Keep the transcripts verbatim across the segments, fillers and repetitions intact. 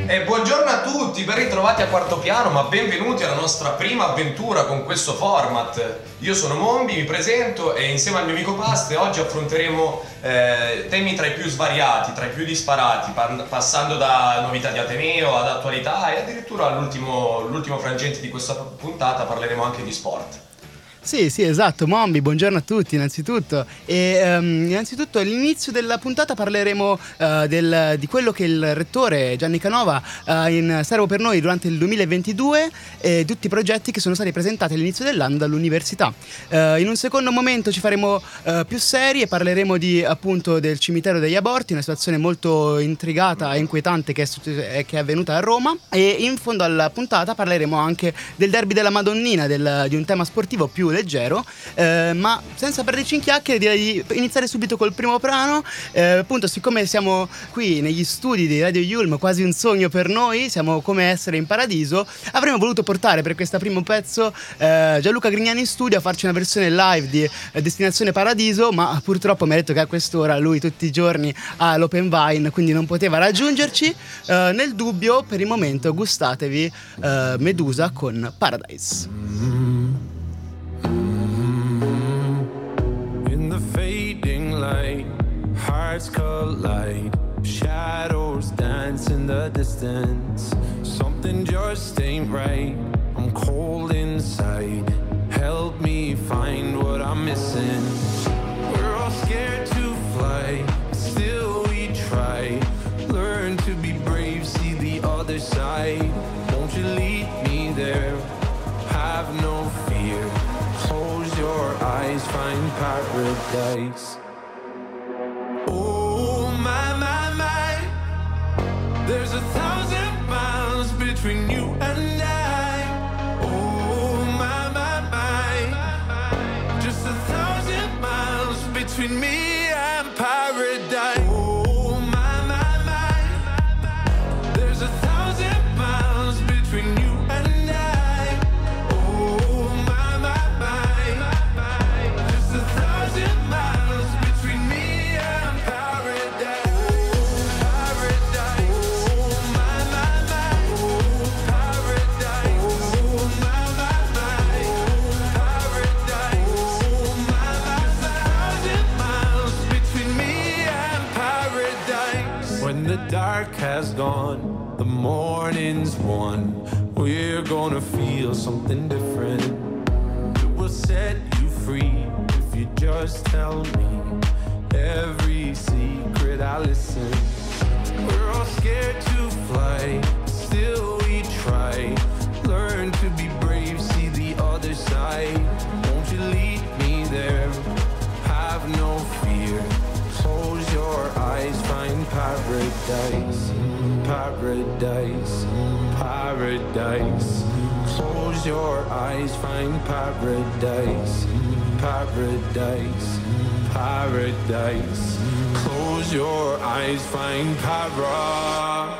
E buongiorno a tutti, ben ritrovati a Quarto Piano, ma benvenuti alla nostra prima avventura con questo format. Io sono Mombi, mi presento e insieme al mio amico Paste oggi affronteremo eh, temi tra i più svariati, tra i più disparati, par- passando da novità di Ateneo ad attualità e addirittura all'ultimo l'ultimo frangente di questa puntata parleremo anche di sport. Sì, sì, esatto, Mombi, buongiorno a tutti innanzitutto. E um, innanzitutto all'inizio della puntata parleremo uh, del, di quello che il rettore Gianni Canova ha uh, in serbo per noi durante il duemilaventidue e tutti i progetti che sono stati presentati all'inizio dell'anno dall'università. Uh, in un secondo momento ci faremo uh, più seri e parleremo di, appunto, del cimitero degli aborti, una situazione molto intrigata e inquietante che è, che è avvenuta a Roma, e in fondo alla puntata parleremo anche del derby della Madonnina, del, di un tema sportivo più leggero, eh, ma senza perderci in chiacchiere direi di iniziare subito col primo brano. Eh, appunto, siccome siamo qui negli studi di Radio Yulm, quasi un sogno per noi, siamo come essere in paradiso, avremmo voluto portare per questo primo pezzo eh, Gianluca Grignani in studio a farci una versione live di eh, Destinazione Paradiso, ma purtroppo mi ha detto che a quest'ora lui tutti i giorni ha l'open vine, quindi non poteva raggiungerci. Eh, nel dubbio, per il momento gustatevi eh, Medusa con Paradise. Light, hearts collide, shadows dance in the distance. Something just ain't right, I'm cold inside. Help me find what I'm missing. We're all scared to fly, still we try. Learn to be brave, see the other side. Won't you lead me there? Have no fear. Close your eyes, find paradise. Oh my, my, my, there's a thousand miles between you and I. Oh my, my, my, just a thousand miles between me and paradise. Oh my, my, my, there's a thousand miles between you and I. Oh my, my, my, just a thousand miles between me. Dark has gone, the morning's won. We're gonna feel something different. It will set you free if you just tell me every secret I listen. We're all scared to fly, still we try. Learn to be brave, see the other side. Won't you lead me there? Have no fear. Close your eyes, find paradise, paradise, paradise. Close your eyes, find paradise, paradise, paradise. Close your eyes, find para.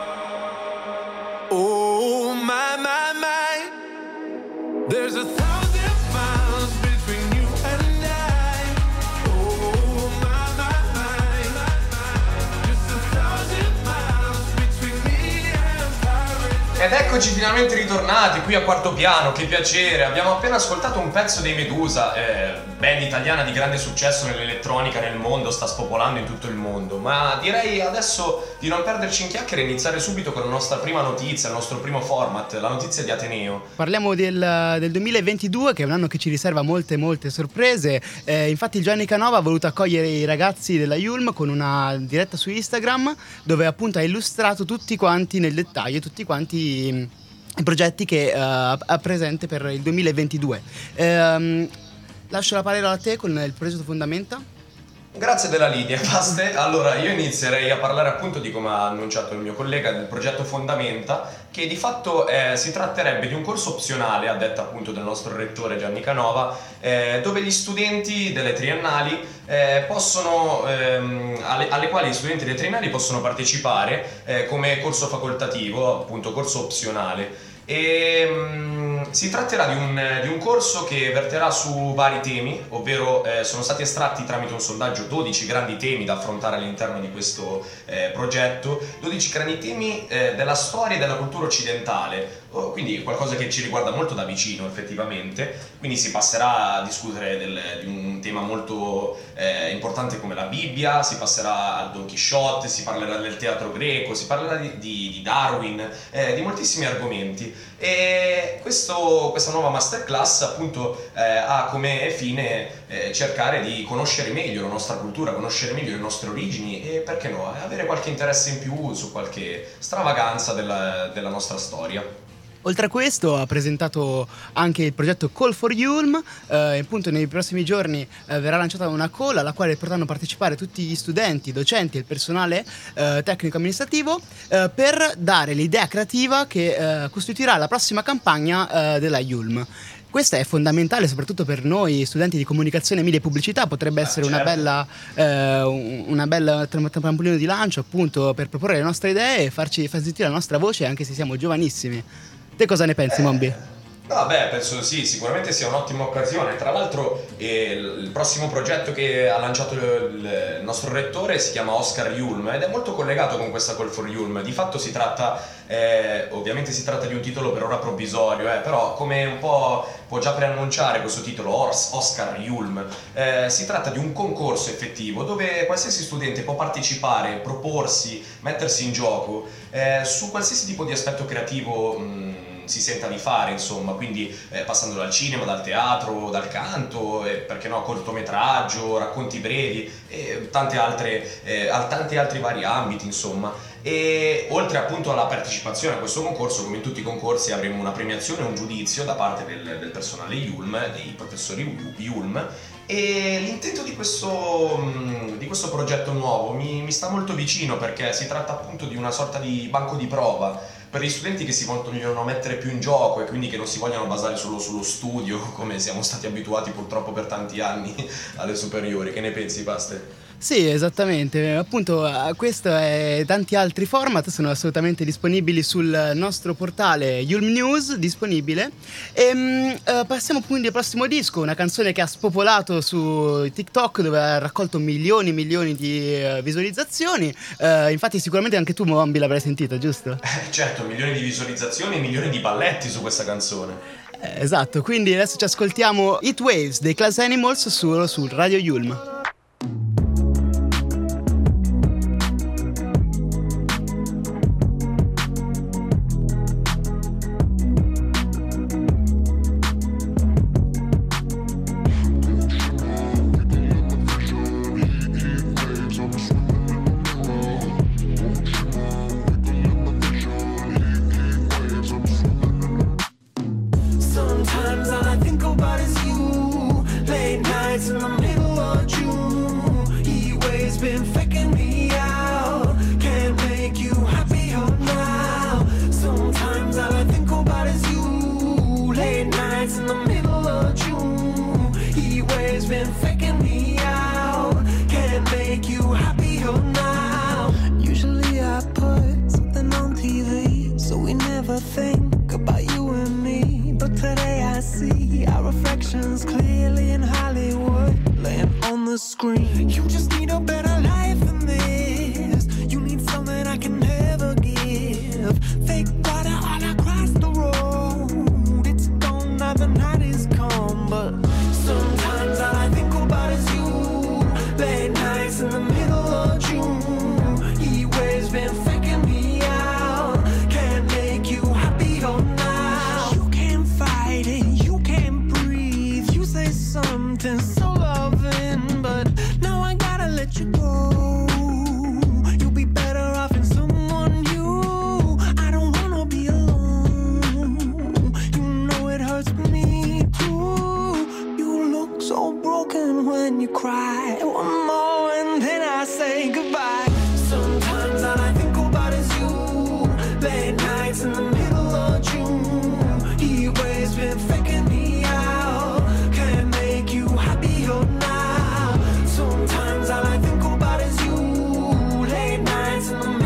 Oh my, my, my, there's a thousand miles between you and I. Oh my, my, my, just a thousand miles between me and paradise. Ed eccoci finalmente ritornati qui a Quarto Piano, che piacere, abbiamo appena ascoltato un pezzo dei Medusa, eh, band italiana di grande successo nell'elettronica nel mondo, sta spopolando in tutto il mondo, ma direi adesso di non perderci in chiacchiere e iniziare subito con la nostra prima notizia, il nostro primo format, la notizia di Ateneo. Parliamo del, del duemilaventidue, che è un anno che ci riserva molte molte sorprese. Eh, infatti Gianni Canova ha voluto accogliere i ragazzi della Yulm con una diretta su Instagram, dove appunto ha illustrato tutti quanti nel dettaglio, tutti quanti i progetti che uh, ha presente per il duemilaventidue. Eh, lascio la parola a te con il progetto Fondamenta. Grazie della linea, Paste. Allora, io inizierei a parlare appunto di come ha annunciato il mio collega del progetto Fondamenta, che di fatto eh, si tratterebbe di un corso opzionale, a detta appunto del nostro rettore Gianni Canova, eh, dove gli studenti delle triennali eh, possono, ehm, alle, alle quali gli studenti delle triennali possono partecipare eh, come corso facoltativo, appunto corso opzionale. E, ehm, si tratterà di un, di un corso che verterà su vari temi, ovvero eh, sono stati estratti tramite un sondaggio dodici grandi temi da affrontare all'interno di questo eh, progetto, dodici grandi temi eh, della storia e della cultura occidentale, oh, quindi qualcosa che ci riguarda molto da vicino effettivamente. Quindi si passerà a discutere del, di un tema molto eh, importante come la Bibbia, si passerà al Don Chisciotte, si parlerà del teatro greco, si parlerà di, di, di Darwin, eh, di moltissimi argomenti. E questo, questa nuova masterclass appunto eh, ha come fine eh, cercare di conoscere meglio la nostra cultura, conoscere meglio le nostre origini e, perché no, avere qualche interesse in più su qualche stravaganza della, della nostra storia. Oltre a questo ha presentato anche il progetto Call for Yulm, eh, appunto nei prossimi giorni eh, verrà lanciata una call alla quale potranno partecipare tutti gli studenti, i docenti e il personale eh, tecnico-amministrativo eh, per dare l'idea creativa che eh, costituirà la prossima campagna eh, della Yulm. Questa è fondamentale soprattutto per noi studenti di comunicazione, media e pubblicità, potrebbe essere ah, certo. una bella eh, una bella trampolino di lancio appunto per proporre le nostre idee e farci far sentire la nostra voce anche se siamo giovanissimi. Te cosa ne pensi, eh, Mombi? No, beh, penso sì, sicuramente sia un'ottima occasione. Tra l'altro eh, il prossimo progetto che ha lanciato il, il nostro rettore si chiama Oscar Yulm ed è molto collegato con questa Call for Yulm. Di fatto si tratta, eh, ovviamente si tratta di un titolo per ora provvisorio, eh, però come un po' può già preannunciare questo titolo, Ors, Oscar Yulm, eh, si tratta di un concorso effettivo dove qualsiasi studente può partecipare, proporsi, mettersi in gioco eh, su qualsiasi tipo di aspetto creativo mh, si senta di fare, insomma, quindi eh, passando dal cinema, dal teatro, dal canto, eh, perché no, cortometraggio, racconti brevi e tante altre, eh, tanti altri vari ambiti, insomma. E oltre appunto alla partecipazione a questo concorso, come in tutti i concorsi avremo una premiazione e un giudizio da parte del, del personale Yulm, dei professori Yulm. E l'intento di questo, di questo progetto nuovo mi, mi sta molto vicino perché si tratta appunto di una sorta di banco di prova per gli studenti che si vogliono mettere più in gioco e quindi che non si vogliono basare solo sullo studio come siamo stati abituati purtroppo per tanti anni alle superiori. Che ne pensi, Paste? Sì, esattamente, appunto questo e tanti altri format sono assolutamente disponibili sul nostro portale Yulm News, disponibile. E uh, passiamo quindi al prossimo disco, una canzone che ha spopolato su TikTok dove ha raccolto milioni e milioni di uh, visualizzazioni. Uh, infatti sicuramente anche tu, Mombi, l'avrai sentita, giusto? Eh, certo, milioni di visualizzazioni e milioni di balletti su questa canzone. Eh, esatto, quindi adesso ci ascoltiamo Heat Waves dei Class Animals solo sul Radio Yulm.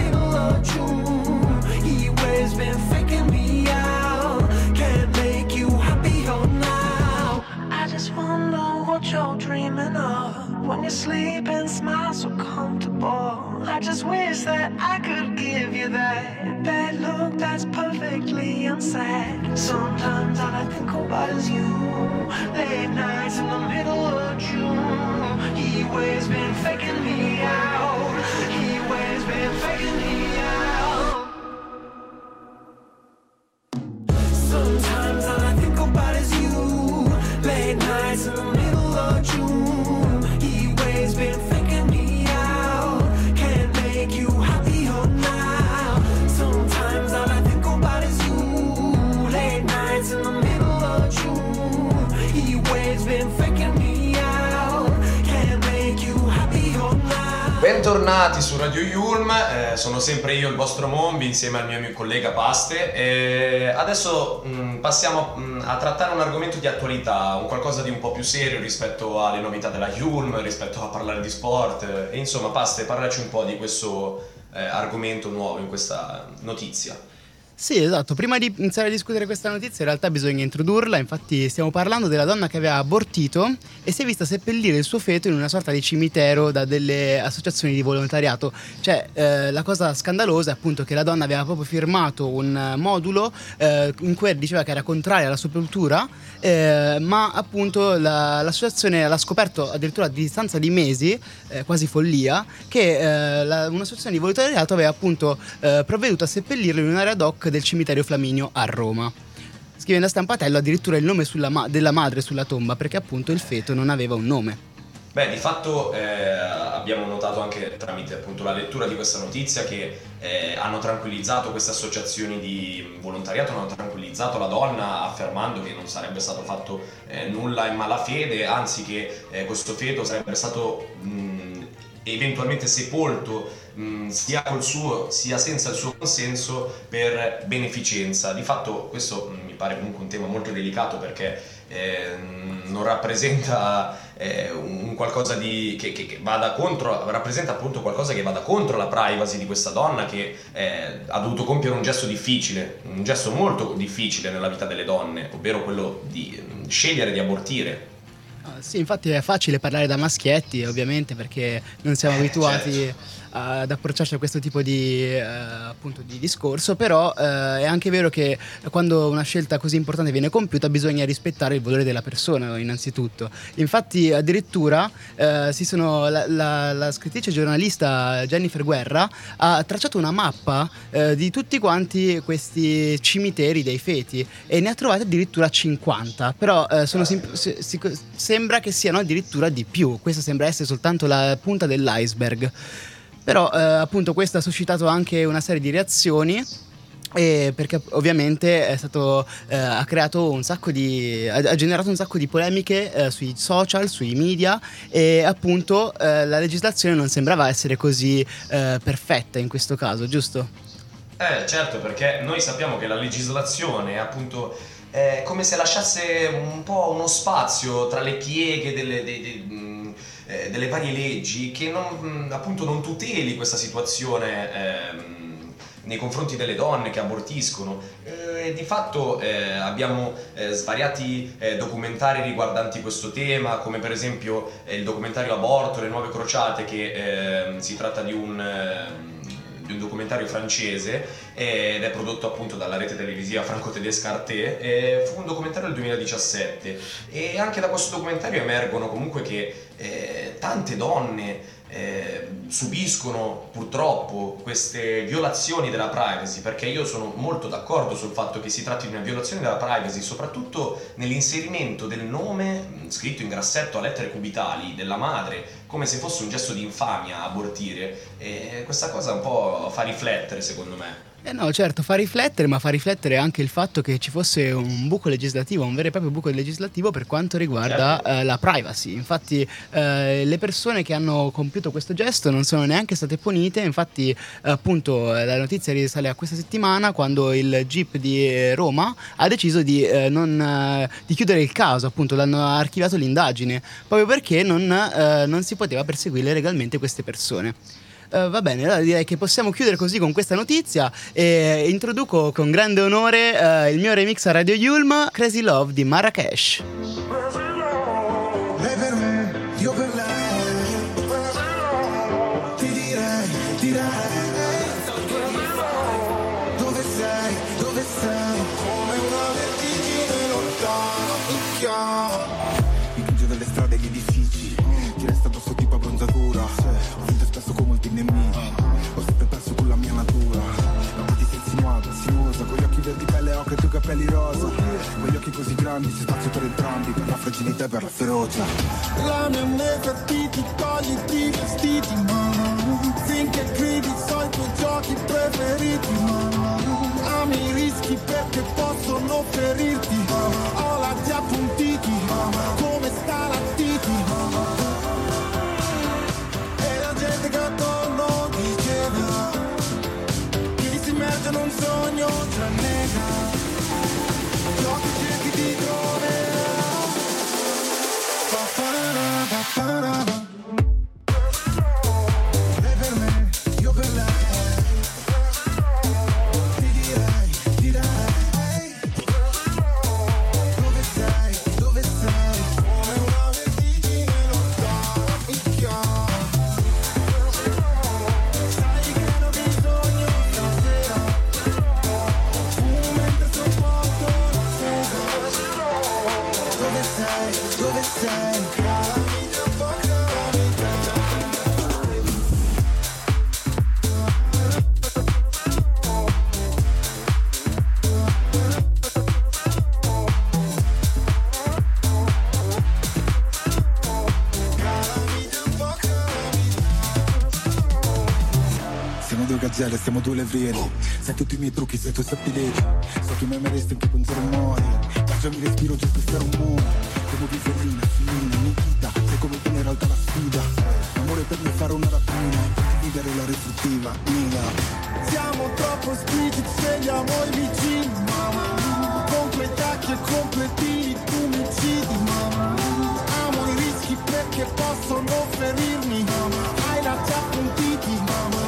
Been faking me out, can't make you what you're dreaming of. When you sleep and smile so comfortable, I just wish that I could give you that that look that's perfectly unsaid. Sometimes all I think about is you. Late nights in the middle of June. He always been faking me out. He always been faking me out. Sometimes all I think about is you. Late nights in the middle of June. He always been faking me out. Can't make you happier now. Sometimes all I think about is you. Late nights in the middle of June. He always been faking me out. Can't make you happier now. Bentornati su Radio Yulm, eh, sono sempre io il vostro Mombi insieme al mio collega Paste e adesso mh, passiamo mh, a trattare un argomento di attualità, un qualcosa di un po' più serio rispetto alle novità della Yulm, rispetto a parlare di sport e insomma Paste, parlaci un po' di questo eh, argomento nuovo in questa notizia. Sì, esatto, prima di iniziare a discutere questa notizia in realtà bisogna introdurla, infatti stiamo parlando della donna che aveva abortito e si è vista seppellire il suo feto in una sorta di cimitero da delle associazioni di volontariato. Cioè, eh, la cosa scandalosa è appunto che la donna aveva proprio firmato un modulo eh, in cui diceva che era contraria alla sepoltura, eh, ma appunto la, l'associazione l'ha scoperto addirittura a distanza di mesi, eh, quasi follia, che eh, la, un'associazione di volontariato aveva appunto eh, provveduto a seppellirlo in un'area ad hoc del cimitero Flaminio a Roma, scrivendo a stampatello addirittura il nome sulla ma- della madre sulla tomba, perché appunto il feto non aveva un nome. Beh, di fatto eh, abbiamo notato anche tramite appunto la lettura di questa notizia che eh, hanno tranquillizzato queste associazioni di volontariato, hanno tranquillizzato la donna affermando che non sarebbe stato fatto eh, nulla in malafede, anzi che eh, questo feto sarebbe stato mh, eventualmente sepolto mh, sia col suo sia senza il suo consenso per beneficenza. Di fatto questo mh, mi pare comunque un tema molto delicato perché eh, non rappresenta eh, un qualcosa di che, che, che vada contro, rappresenta appunto qualcosa che vada contro la privacy di questa donna che eh, ha dovuto compiere un gesto difficile, un gesto molto difficile nella vita delle donne, ovvero quello di mh, scegliere di abortire. Uh, sì, infatti è facile parlare da maschietti, ovviamente, perché non siamo Eh, abituati certo. ad approcciarci a questo tipo di, eh, appunto di discorso, però eh, è anche vero che quando una scelta così importante viene compiuta bisogna rispettare il valore della persona innanzitutto. Infatti addirittura eh, si sono, la, la, la scrittrice e giornalista Jennifer Guerra ha tracciato una mappa eh, di tutti quanti questi cimiteri dei feti e ne ha trovate addirittura cinquanta, però eh, sono sim- si, si, sembra che siano addirittura di più. Questa sembra essere soltanto la punta dell'iceberg. Però eh, appunto questo ha suscitato anche una serie di reazioni, e perché ovviamente è stato eh, ha creato un sacco di ha, ha generato un sacco di polemiche eh, sui social, sui media, e appunto eh, la legislazione non sembrava essere così eh, perfetta in questo caso, giusto? Eh certo, perché noi sappiamo che la legislazione appunto è come se lasciasse un po' uno spazio tra le pieghe delle, dei, dei, eh, delle varie leggi che non, appunto non tuteli questa situazione ehm, nei confronti delle donne che abortiscono. Eh, di fatto eh, abbiamo eh, svariati eh, documentari riguardanti questo tema, come per esempio eh, il documentario Aborto, le nuove crociate, che eh, si tratta di un... Eh, di un documentario francese ed è prodotto appunto dalla rete televisiva franco-tedesca Arte. E fu un documentario del duemiladiciassette e anche da questo documentario emergono comunque che eh, tante donne eh, subiscono purtroppo queste violazioni della privacy, perché io sono molto d'accordo sul fatto che si tratti di una violazione della privacy, soprattutto nell'inserimento del nome scritto in grassetto a lettere cubitali della madre, come se fosse un gesto di infamia abortire, e questa cosa un po' fa riflettere, secondo me. Eh no, certo, fa riflettere, ma fa riflettere anche il fatto che ci fosse un buco legislativo, un vero e proprio buco legislativo per quanto riguarda certo. eh, la privacy. Infatti eh, le persone che hanno compiuto questo gesto non sono neanche state punite, infatti appunto la notizia risale a questa settimana, quando il G I P di Roma ha deciso di, eh, non, eh, di chiudere il caso, appunto l'hanno archiviato l'indagine, proprio perché non, eh, non si poteva perseguire legalmente queste persone. Uh, va bene, allora direi che possiamo chiudere così con questa notizia e introduco con grande onore uh, il mio remix a Radio Yulm, Crazy Love di Marrakesh. Baby, io per lei ti direi, direi dove sei, dove sei, come una vertigine lontana mi chiama. Mi pingio dalle strade e gli edifici, ti resta addosso tipo abbronzatura, ho vinto spesso con molti nemici, ho sempre perso con la mia natura. Ma ti sei insinuata, sinuosa, con gli occhi verdi pelle ocre e tu capelli rosa, con gli occhi così grandi c'è spazio per entrambi, per la fragilità e per la ferocia. La mia nefertiti, togliti i vestiti, mamma, finché gridi so i tuoi giochi preferiti, mamma. Ami i rischi perché possono ferirti, ho la ti appuntiti, come sta la titi, e la gente che attorno diceva che si immerge in un sogno, ci annega, gli occhi cerchi di troverà, fa fa fa fa fa. Lei per me, io per lei. Siamo due levrieri, sai tutti i miei trucchi, sai tu sappi leggi, so che mi ameresti anche con zero amore, lasciami respiro già questo rumore, come Viverina, Filina, Nikita, sei come tu in realtà la sfida, amore per me fare una rapina, vivere la restrittiva, mia. Siamo troppo spiriti, scegliamo i vicini, mamma, con quei tacchi e completini tu mi uccidi, mamma, amo i rischi perché possono ferirmi, mamma, hai la già puntiti, mamma.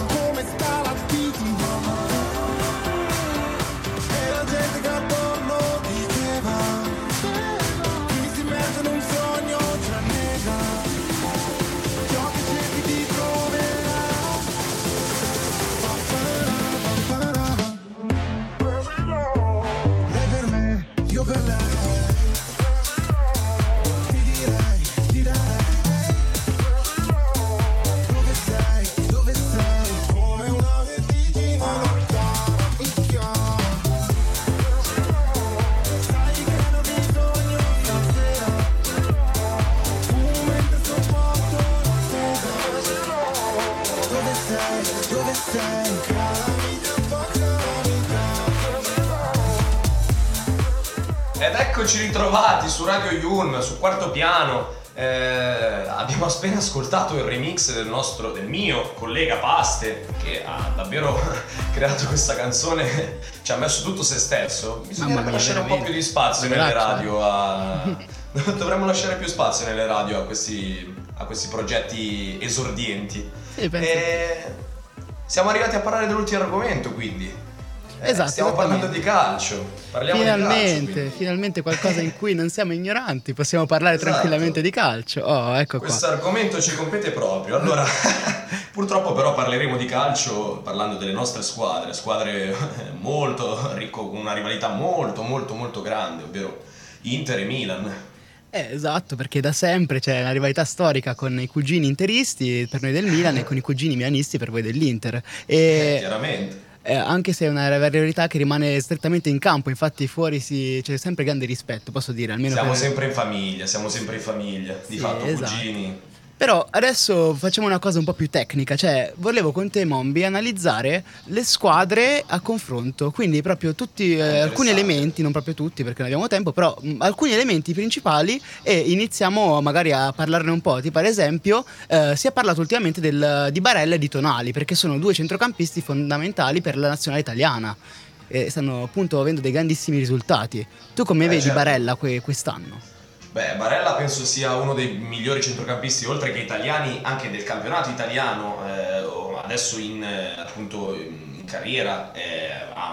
Eccoci ritrovati su Radio Yulm, su Quarto Piano. Eh, abbiamo appena ascoltato il remix del nostro, del mio collega Paste, che ha davvero creato questa canzone, ci ha messo tutto se stesso. Bisognerebbe lasciare un po' più di spazio nelle radio a... dovremmo lasciare più spazio nelle radio a questi, a questi progetti esordienti. Sì, penso. E siamo arrivati a parlare dell'ultimo argomento, quindi. Esatto, stiamo parlando di calcio. Parliamo finalmente, di calcio, finalmente qualcosa in cui non siamo ignoranti, possiamo parlare esatto. tranquillamente di calcio. Oh, ecco qua. Questo argomento ci compete proprio. Allora, purtroppo però parleremo di calcio parlando delle nostre squadre, squadre molto ricco, con una rivalità molto molto molto grande, ovvero Inter e Milan. Eh, esatto, perché da sempre c'è una rivalità storica con i cugini interisti per noi del Milan e con i cugini milanisti per voi dell'Inter. E... Eh, chiaramente. Eh, anche se è una rivalità che rimane strettamente in campo, infatti fuori si, c'è sempre grande rispetto, posso dire. Almeno siamo per... sempre in famiglia, siamo sempre in famiglia, di sì, fatto esatto. cugini. Però adesso facciamo una cosa un po' più tecnica, cioè volevo con te, Mombi, analizzare le squadre a confronto, quindi proprio tutti eh, alcuni elementi, non proprio tutti perché non abbiamo tempo, però mh, alcuni elementi principali e iniziamo magari a parlarne un po'. Tipo ad esempio eh, si è parlato ultimamente del, di Barella e di Tonali, perché sono due centrocampisti fondamentali per la nazionale italiana e stanno appunto avendo dei grandissimi risultati. Tu come eh, vedi certo. Barella que- quest'anno? Beh, Barella penso sia uno dei migliori centrocampisti, oltre che italiani, anche del campionato italiano. Eh, adesso in, eh, appunto in carriera eh, ha, un,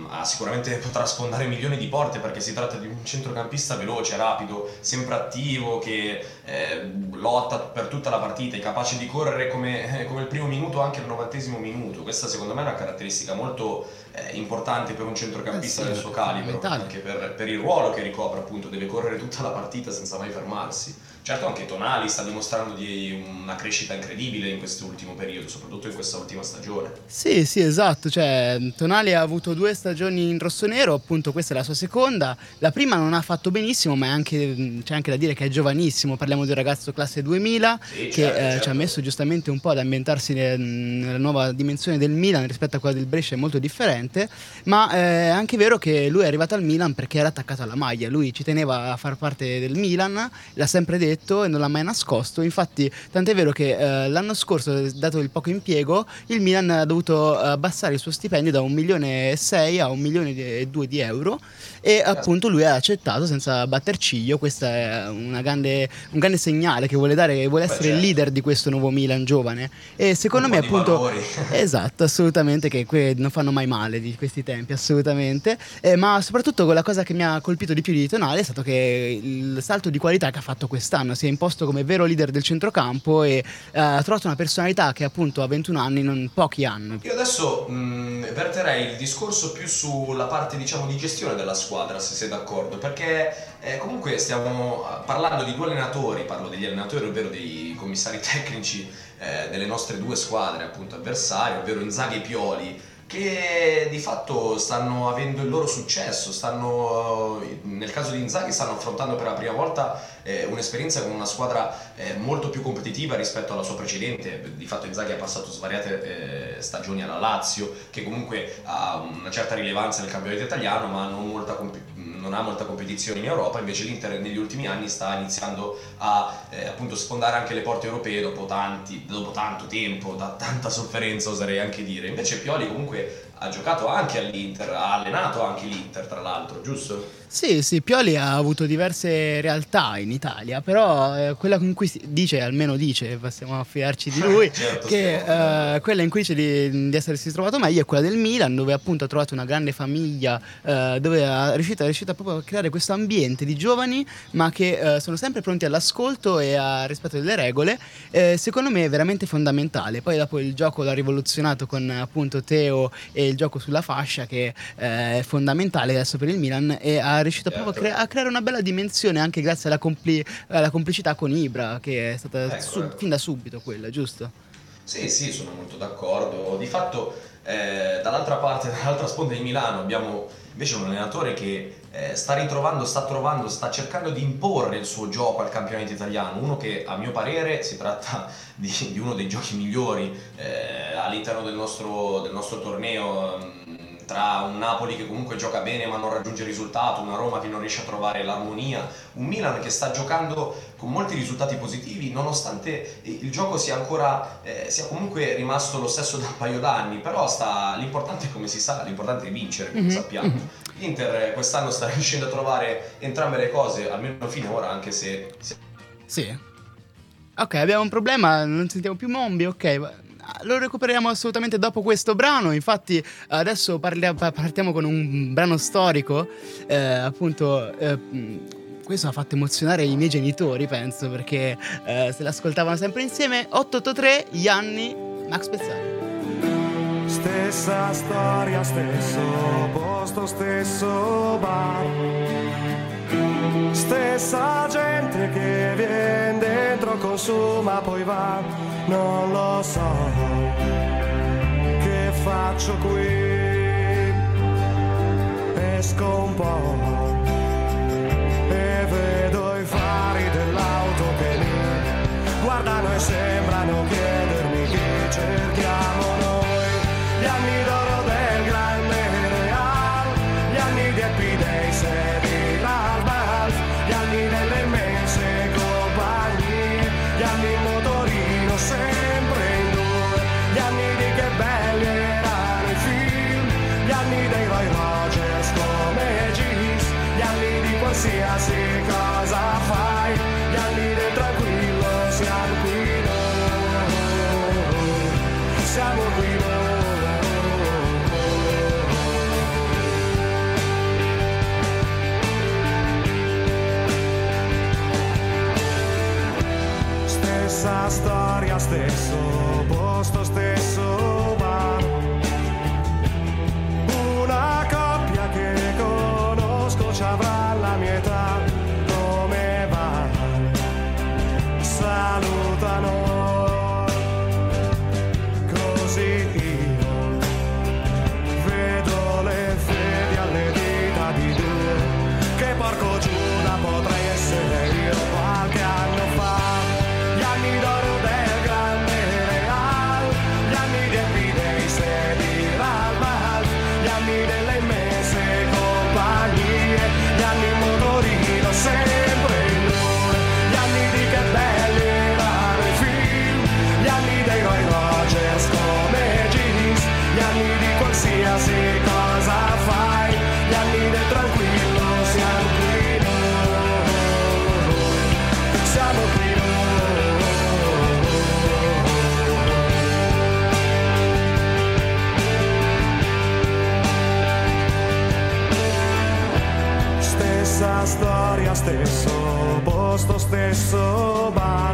ha sicuramente potrà sfondare milioni di porte, perché si tratta di un centrocampista veloce, rapido, sempre attivo, che eh, lotta per tutta la partita, è capace di correre come, eh, come il primo minuto, anche il novantesimo minuto. Questa secondo me è una caratteristica molto eh, importante per un centrocampista eh sì, del suo calibro, anche per, per il ruolo che ricopre, appunto, deve correre tutta la partita senza mai fermarsi. Certo, anche Tonali sta dimostrando di una crescita incredibile in questo ultimo periodo, soprattutto in questa ultima stagione. Sì, sì, esatto, cioè Tonali ha avuto due stagioni in rossonero, appunto questa è la sua seconda. La prima non ha fatto benissimo, ma è anche, c'è anche da dire che è giovanissimo, parliamo di un ragazzo classe duemila sì, che certo, eh, certo. ci ha messo giustamente un po' ad ambientarsi nella nuova dimensione del Milan rispetto a quella del Brescia, è molto differente, ma è anche vero che lui è arrivato al Milan perché era attaccato alla maglia, lui ci teneva a far parte del Milan, l'ha sempre detto e non l'ha mai nascosto. Infatti tant'è vero che eh, l'anno scorso, dato il poco impiego, il Milan ha dovuto abbassare il suo stipendio da un milione e sei a un milione e due di euro e appunto lui ha accettato senza batter ciglio. Questo è una grande, un grande segnale che vuole dare, vuole essere il leader di questo nuovo Milan giovane, e secondo me appunto esatto, assolutamente, che que- non fanno mai male di questi tempi, assolutamente. Eh, ma soprattutto la cosa che mi ha colpito di più di Tonali è stato che il salto di qualità che ha fatto quest'anno, si è imposto come vero leader del centrocampo e uh, ha trovato una personalità che appunto a ventuno anni non pochi hanno. Io adesso mh, verterei il discorso più sulla parte, diciamo, di gestione della squadra, se sei d'accordo, perché eh, comunque stiamo parlando di due allenatori, parlo degli allenatori, ovvero dei commissari tecnici eh, delle nostre due squadre appunto avversarie, ovvero Inzaghi e Pioli, che di fatto stanno avendo il loro successo, stanno, nel caso di Inzaghi stanno affrontando per la prima volta eh, un'esperienza con una squadra eh, molto più competitiva rispetto alla sua precedente. Di fatto Inzaghi ha passato svariate eh, stagioni alla Lazio, che comunque ha una certa rilevanza nel campionato italiano, ma non, molta comp- non ha molta competizione in Europa. Invece l'Inter negli ultimi anni sta iniziando a eh, appunto sfondare anche le porte europee dopo, tanti, dopo tanto tempo, da tanta sofferenza oserei anche dire. Invece Pioli comunque ha giocato anche all'Inter, ha allenato anche l'Inter tra l'altro, giusto? Sì, sì, Pioli ha avuto diverse realtà in Italia, però eh, quella in cui si dice, almeno dice, possiamo affidarci di lui, certo, che eh, quella in cui dice di, di essersi trovato meglio è quella del Milan, dove appunto ha trovato una grande famiglia, eh, dove è riuscito, è riuscito proprio a creare questo ambiente di giovani, ma che eh, sono sempre pronti all'ascolto e al rispetto delle regole. Eh, secondo me è veramente fondamentale. Poi dopo il gioco l'ha rivoluzionato con appunto Teo e il gioco sulla fascia, che eh, è fondamentale adesso per il Milan, e ha riuscito certo. proprio a, cre- a creare una bella dimensione anche grazie alla, compli- alla complicità con Ibra, che è stata ecco, su- ecco. fin da subito quella, giusto? Sì, sì, sono molto d'accordo. Di fatto eh, dall'altra parte, dall'altra sponda di Milano abbiamo invece un allenatore che eh, sta ritrovando, sta trovando, sta cercando di imporre il suo gioco al campionato italiano, uno che a mio parere si tratta di, di uno dei giochi migliori eh, all'interno del nostro, del nostro torneo, mh, tra un Napoli che comunque gioca bene ma non raggiunge il risultato, una Roma che non riesce a trovare l'armonia, un Milan che sta giocando con molti risultati positivi nonostante il gioco sia ancora eh, sia comunque rimasto lo stesso da un paio d'anni, però sta, l'importante è, come si sa, l'importante è vincere, come mm-hmm. sappiamo. L'Inter quest'anno sta riuscendo a trovare entrambe le cose, almeno finora, anche se... se... Sì. Ok, abbiamo un problema, non sentiamo più Mombi, ok, lo recuperiamo assolutamente dopo questo brano. Infatti adesso parliamo, partiamo con un brano storico, eh, appunto eh, questo ha fatto emozionare i miei genitori, penso, perché eh, se l'ascoltavano sempre insieme. otto otto tre, Ianni, Max Pezzali. Stessa storia, stesso posto, stesso bar, stessa gente che viene dentro, consuma, poi va. Non lo so che faccio qui, esco un po' e vedo i fari dell'auto che mi guardano e sembrano chiedermi chi cerchiamo noi. Gli anni d'oro del grande Real, gli anni di Happy Days e di Ralph Balf, gli anni delle immense compagnie, gli anni in motorino sempre in due, gli anni di Che belli erano i film, gli anni dei Roy Rogers come Gis, gli anni di qualsiasi cosa fai, gli anni del tranquillo, siamo qui noi, siamo qui noi. Stessa storia, stesso posto, stesso bar. Una coppia che conosco ci avrà la mia età. Come va? Salutano. Così io vedo le fedi alle dita di due. Che porco Giuda potrei essere io qualche anno fa. Gli anni d'oro del grande Real, gli anni di Epidei di Ralbal, gli anni delle immense compagnie, gli anni in motorino sempre in due, gli anni di che belli erano i film, gli anni dei Roy Rogers come jeans, gli anni di qualsiasi cosa fai, gli anni del tranquillo, siamo qui noi, siamo qui noi. Stessa storia, stesso posto, stesso bar.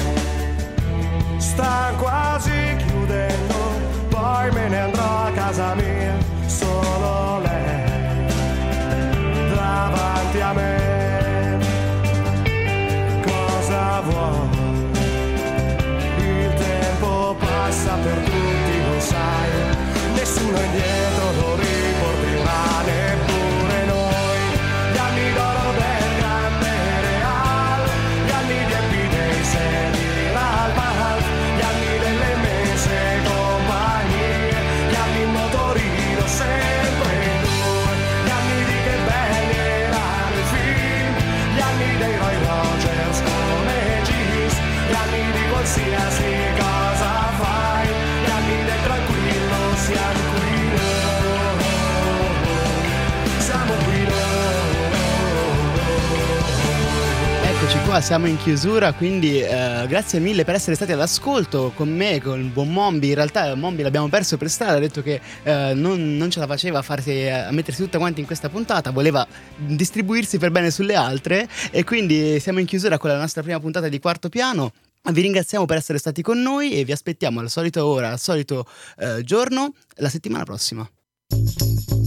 Sta quasi chiudendo, poi me ne andrò a casa mia, solo lei davanti a me. Cosa vuoi? Il tempo passa per tutti, lo sai, nessuno indietro lo riporterà, neppure noi. Gli anni d'oro del grande Real, gli anni di Epidei di Ralbal, gli anni delle immense compagnie, gli anni in motorino sempre in due, gli anni di che belli erano i film, gli anni dei Roy Rogers come jeans, gli anni di qualsiasi cosa fai, gli anni del tranquillo, siamo qui noi, siamo qui noi. Eccoci qua, siamo in chiusura, quindi eh, grazie mille per essere stati all'ascolto con me, con il buon Mombi. In realtà Mombi l'abbiamo perso per strada, ha detto che eh, non, non ce la faceva a, farsi, a mettersi tutte quanti in questa puntata, voleva distribuirsi per bene sulle altre, e quindi siamo in chiusura con la nostra prima puntata di Quarto Piano. Vi ringraziamo per essere stati con noi e vi aspettiamo alla solita ora, al solito eh, giorno, la settimana prossima.